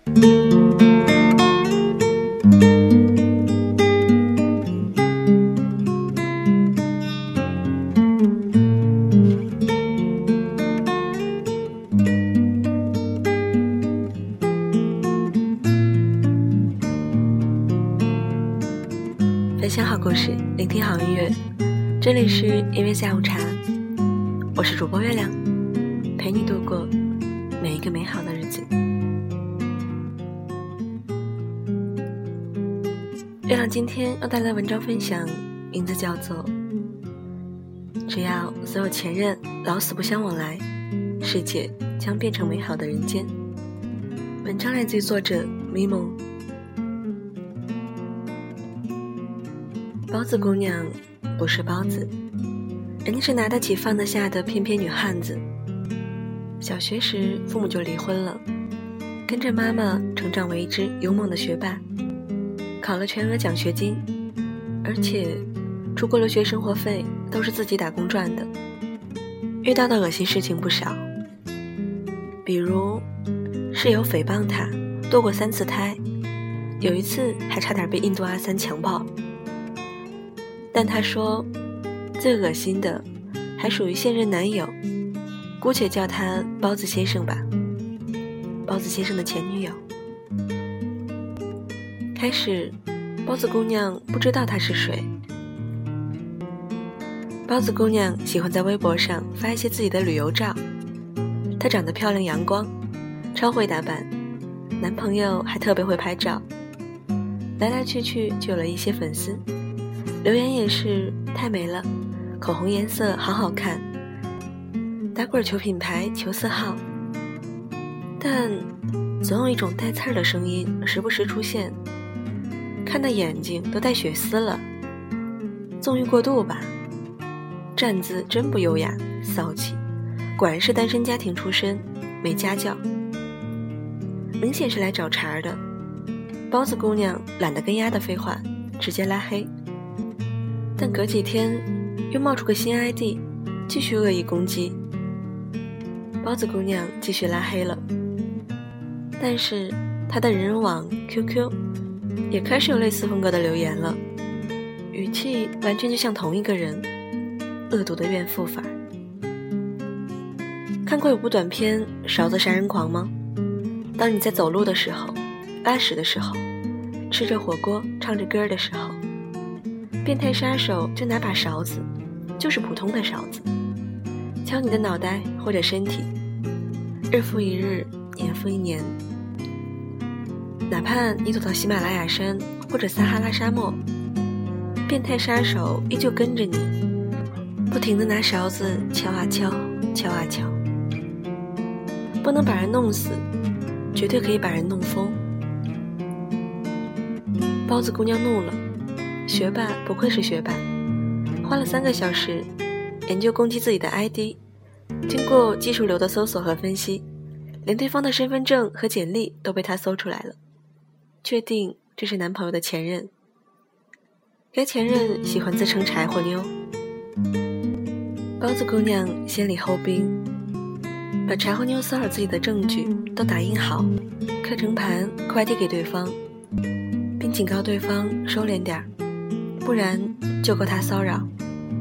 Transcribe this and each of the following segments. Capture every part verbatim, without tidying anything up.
分享好故事，聆听好音乐，这里是音乐下午茶，我是主播月亮，陪你度过每一个美好的日子。月亮今天要带来文章分享，名字叫做只要所有前任老死不相往来，世界将变成美好的人间。文章来自于作者咪蒙。包子姑娘不是包子，人家是拿得起放得下的翩翩女汉子。小学时父母就离婚了，跟着妈妈成长为一只勇猛的学霸，考了全额奖学金，而且出国留学生活费都是自己打工赚的。遇到的恶心事情不少，比如室友诽谤她堕过三次胎，有一次还差点被印度阿三强暴。但他说最恶心的还属于现任男友，姑且叫他包子先生吧，包子先生的前女友。开始包子姑娘不知道他是谁，包子姑娘喜欢在微博上发一些自己的旅游照，她长得漂亮阳光，超会打扮，男朋友还特别会拍照，来来去去就有了一些粉丝，留言也是太美了，口红颜色好好看，打滚球品牌球色号。但总有一种带刺儿的声音时不时出现，看的眼睛都带血丝了，纵欲过度吧，站姿真不优雅，骚气，果然是单身家庭出身，没家教，明显是来找茬的。包子姑娘懒得跟丫的废话，直接拉黑。但隔几天又冒出个新 I D， 继续恶意攻击，包子姑娘继续拉黑了。但是她的人人网 Q Q 也开始有类似风格的留言了，语气完全就像同一个人，恶毒的怨妇法。看过有部短片《勺子杀人狂》吗？当你在走路的时候，拉屎的时候，吃着火锅唱着歌的时候，变态杀手就拿把勺子，就是普通的勺子，敲你的脑袋或者身体，日复一日，年复一年。哪怕你走到喜马拉雅山或者撒哈拉沙漠，变态杀手依旧跟着你，不停地拿勺子敲啊敲，敲啊敲。不能把人弄死，绝对可以把人弄疯。包子姑娘怒了，学霸不愧是学霸，花了三个小时研究攻击自己的 I D， 经过技术流的搜索和分析，连对方的身份证和简历都被他搜出来了，确定这是男朋友的前任。该前任喜欢自称柴火妞。包子姑娘先礼后兵，把柴火妞骚扰自己的证据都打印好，刻成盘快递给对方，并警告对方收敛点，不然就够他骚扰。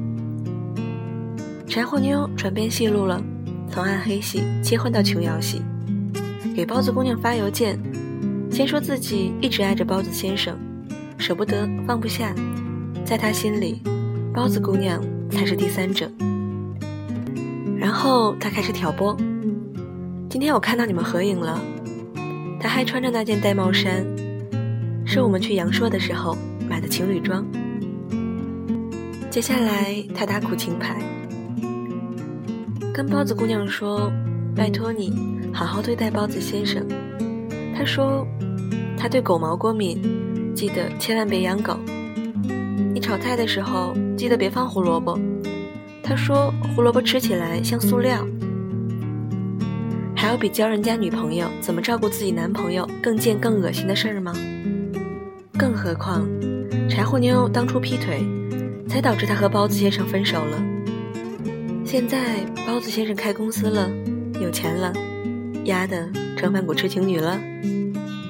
柴火妞转变戏路了，从暗黑系切换到琼瑶系，给包子姑娘发邮件，先说自己一直爱着包子先生，舍不得放不下，在他心里包子姑娘才是第三者。然后他开始挑拨，今天我看到你们合影了，他还穿着那件玳瑁衫，是我们去阳朔的时候买的情侣装。接下来他打苦情牌，跟包子姑娘说拜托你好好对待包子先生，他说他对狗毛过敏，记得千万别养狗，你炒菜的时候记得别放胡萝卜，他说胡萝卜吃起来像塑料。还有比教人家女朋友怎么照顾自己男朋友更贱更恶心的事儿吗？更何况柴火妞当初劈腿才导致他和包子先生分手了，现在包子先生开公司了，有钱了，丫的成反骨痴情女了。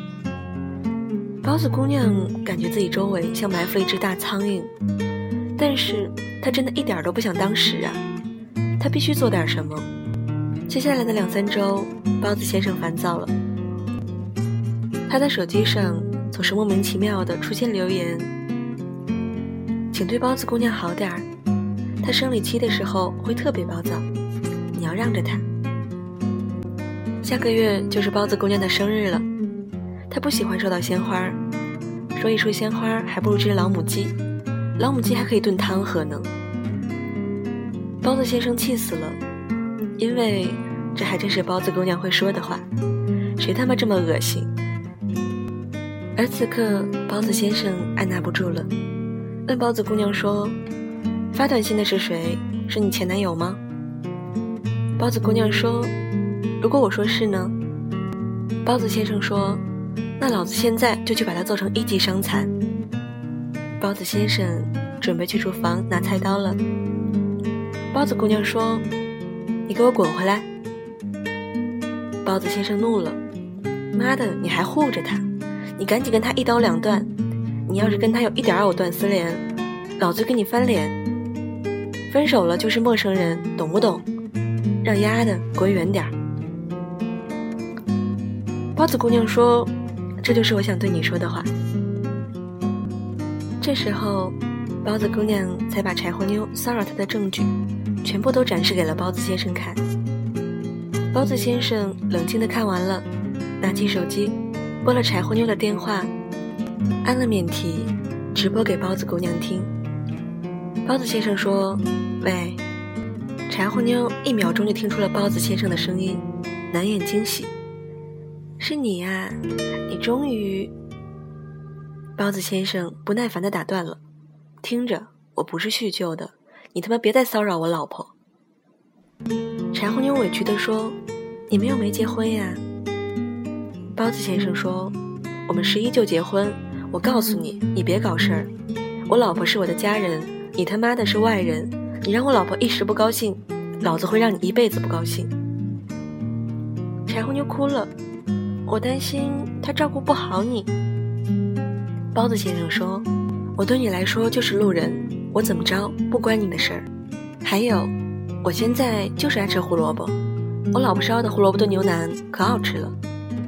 包子姑娘感觉自己周围像埋伏了一只大苍蝇，但是她真的一点都不想当屎啊，她必须做点什么。接下来的两三周，包子先生烦躁了，他的手机上总是莫名其妙的出现留言，请对包子姑娘好点儿，她生理期的时候会特别暴躁，你要让着她。下个月就是包子姑娘的生日了，她不喜欢收到鲜花，说一束鲜花还不如只老母鸡，老母鸡还可以炖汤喝呢。包子先生气死了，因为这还真是包子姑娘会说的话，谁他妈这么恶心。而此刻包子先生按捺不住了，问包子姑娘说，发短信的是谁？是你前男友吗？包子姑娘说，如果我说是呢？包子先生说，那老子现在就去把他做成一级伤残。包子先生准备去厨房拿菜刀了。包子姑娘说，你给我滚回来。包子先生怒了，妈的，你还护着他，你赶紧跟他一刀两断，你要是跟他有一点藕断丝连，老子跟你翻脸。分手了就是陌生人，懂不懂？让丫的滚远点儿。包子姑娘说，这就是我想对你说的话。这时候包子姑娘才把柴火妞骚扰她的证据全部都展示给了包子先生看。包子先生冷静地看完了，拿起手机拨了柴火妞的电话，按了免提，直播给包子姑娘听。包子先生说，喂。柴火妞一秒钟就听出了包子先生的声音，难掩惊喜，是你呀，你终于。包子先生不耐烦地打断了，听着，我不是叙旧的，你他妈别再骚扰我老婆。柴火妞委屈地说，你们又没结婚呀。包子先生说，我们十一就结婚，我告诉你，你别搞事儿，我老婆是我的家人，你他妈的是外人，你让我老婆一时不高兴，老子会让你一辈子不高兴。柴火妞哭了，我担心她照顾不好你。包子先生说，我对你来说就是路人，我怎么着不关你的事儿。还有，我现在就是爱吃胡萝卜，我老婆烧的胡萝卜炖牛腩可好吃了。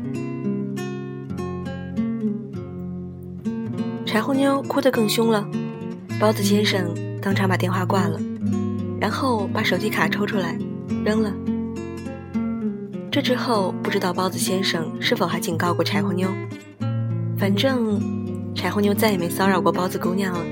柴火妞哭得更凶了，包子先生当场把电话挂了，然后把手机卡抽出来扔了。这之后不知道包子先生是否还警告过柴火妞，反正柴火妞再也没骚扰过包子姑娘了。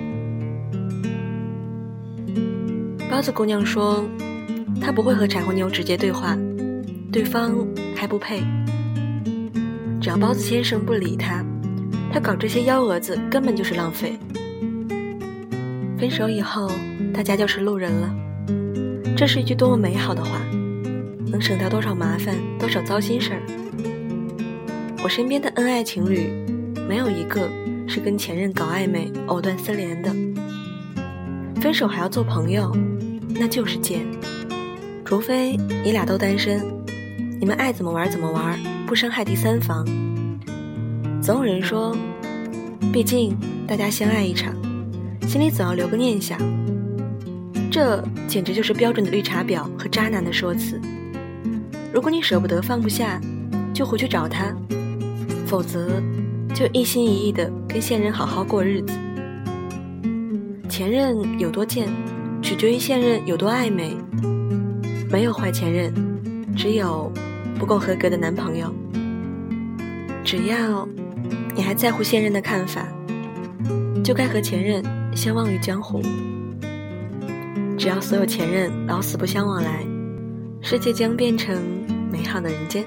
包子姑娘说，她不会和柴火妞直接对话，对方还不配。只要包子先生不理她，她搞这些幺蛾子根本就是浪费。分手以后，大家就是路人了，这是一句多么美好的话，能省掉多少麻烦，多少糟心事儿。我身边的恩爱情侣，没有一个是跟前任搞暧昧藕断丝连的。分手还要做朋友，那就是贱。除非你俩都单身，你们爱怎么玩怎么玩，不伤害第三方。总有人说，毕竟大家相爱一场，心里总要留个念想。这简直就是标准的绿茶婊和渣男的说辞。如果你舍不得放不下，就回去找他，否则就一心一意地跟现任好好过日子。前任有多贱，取决于现任有多暧昧。没有坏前任，只有不够合格的男朋友。只要你还在乎现任的看法，就该和前任相忘于江湖。只要所有前任老死不相往来，世界将变成美好的人间。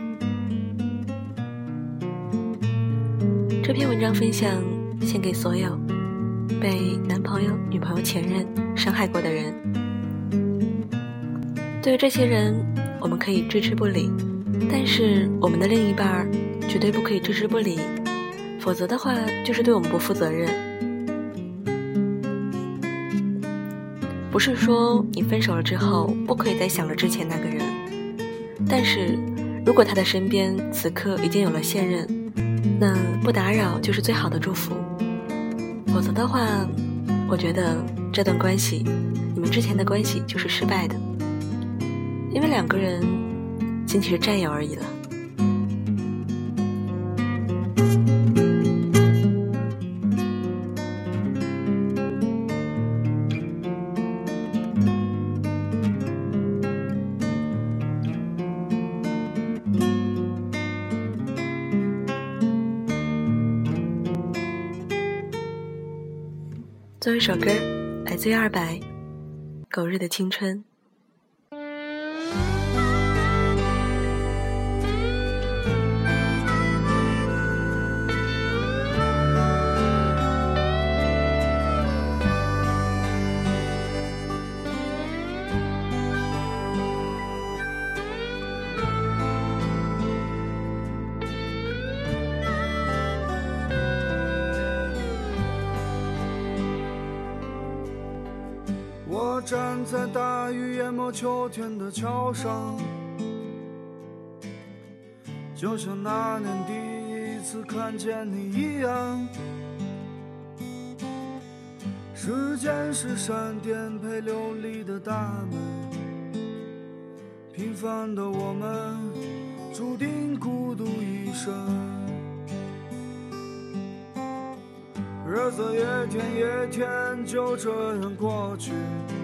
这篇文章分享献给所有被男朋友、女朋友、前任伤害过的人。对于这些人，我们可以置之不理，但是我们的另一半绝对不可以置之不理，否则的话就是对我们不负责任。不是说你分手了之后不可以再想着之前那个人，但是如果他的身边此刻已经有了现任， 那不打扰就是最好的祝福。否则的话，我觉得这段关系，你们之前的关系就是失败的，因为两个人仅仅是战友而已了。最后一首歌来自于二白，狗日的青春。 我站在大雨淹没秋天的桥上，就像那年第一次看见你一样。时间是闪电配流离的大门，平凡的我们注定孤独一生。日子一天一天就这样过去，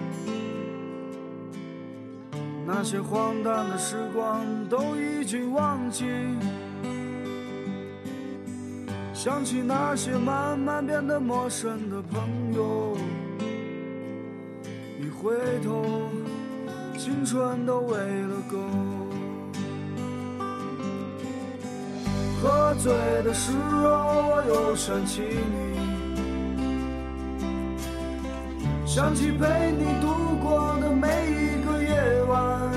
那些荒诞的时光都已经忘记，想起那些慢慢变得陌生的朋友，一回头青春都喂了狗。喝醉的时候我又想起你，想起陪你度过的每一个夜晚，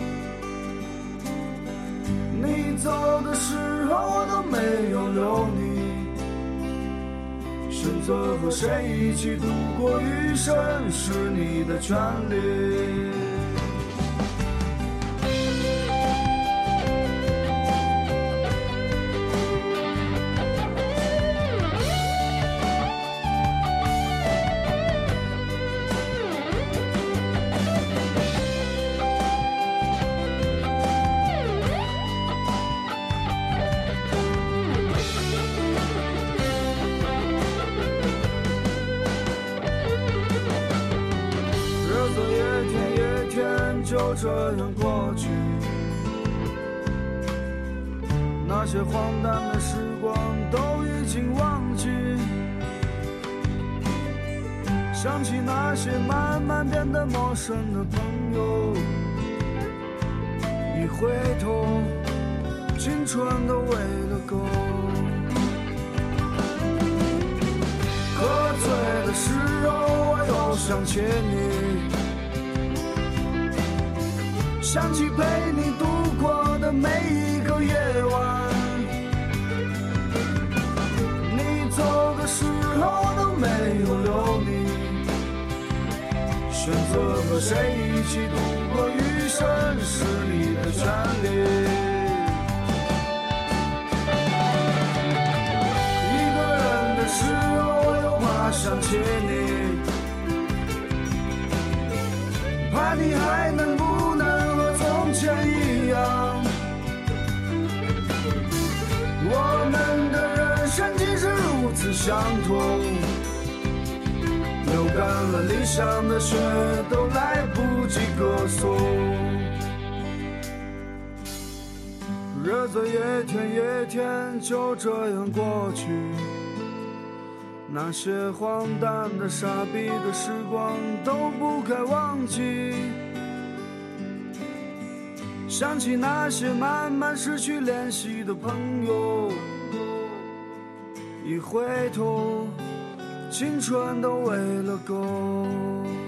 你走的时候我都没有留你，选择和谁一起度过余生是你的权利。就这样过去，那些荒诞的时光都已经忘记，想起那些慢慢变得陌生的朋友，一回头青春都喂了狗。喝醉的时候我又想起你，想起陪你度过的每一个夜晚，你走的时候我都没有留你，选择和谁一起度过余生是你的权利。一个人的时候我又怕想起你，怕你还能不能前一样，我们的人生竟是如此相同，流干了理想的血都来不及歌颂。日子一天一天就这样过去，那些荒诞的傻逼的时光都不该忘记，想起那些慢慢失去联系的朋友，一回头青春都喂了狗。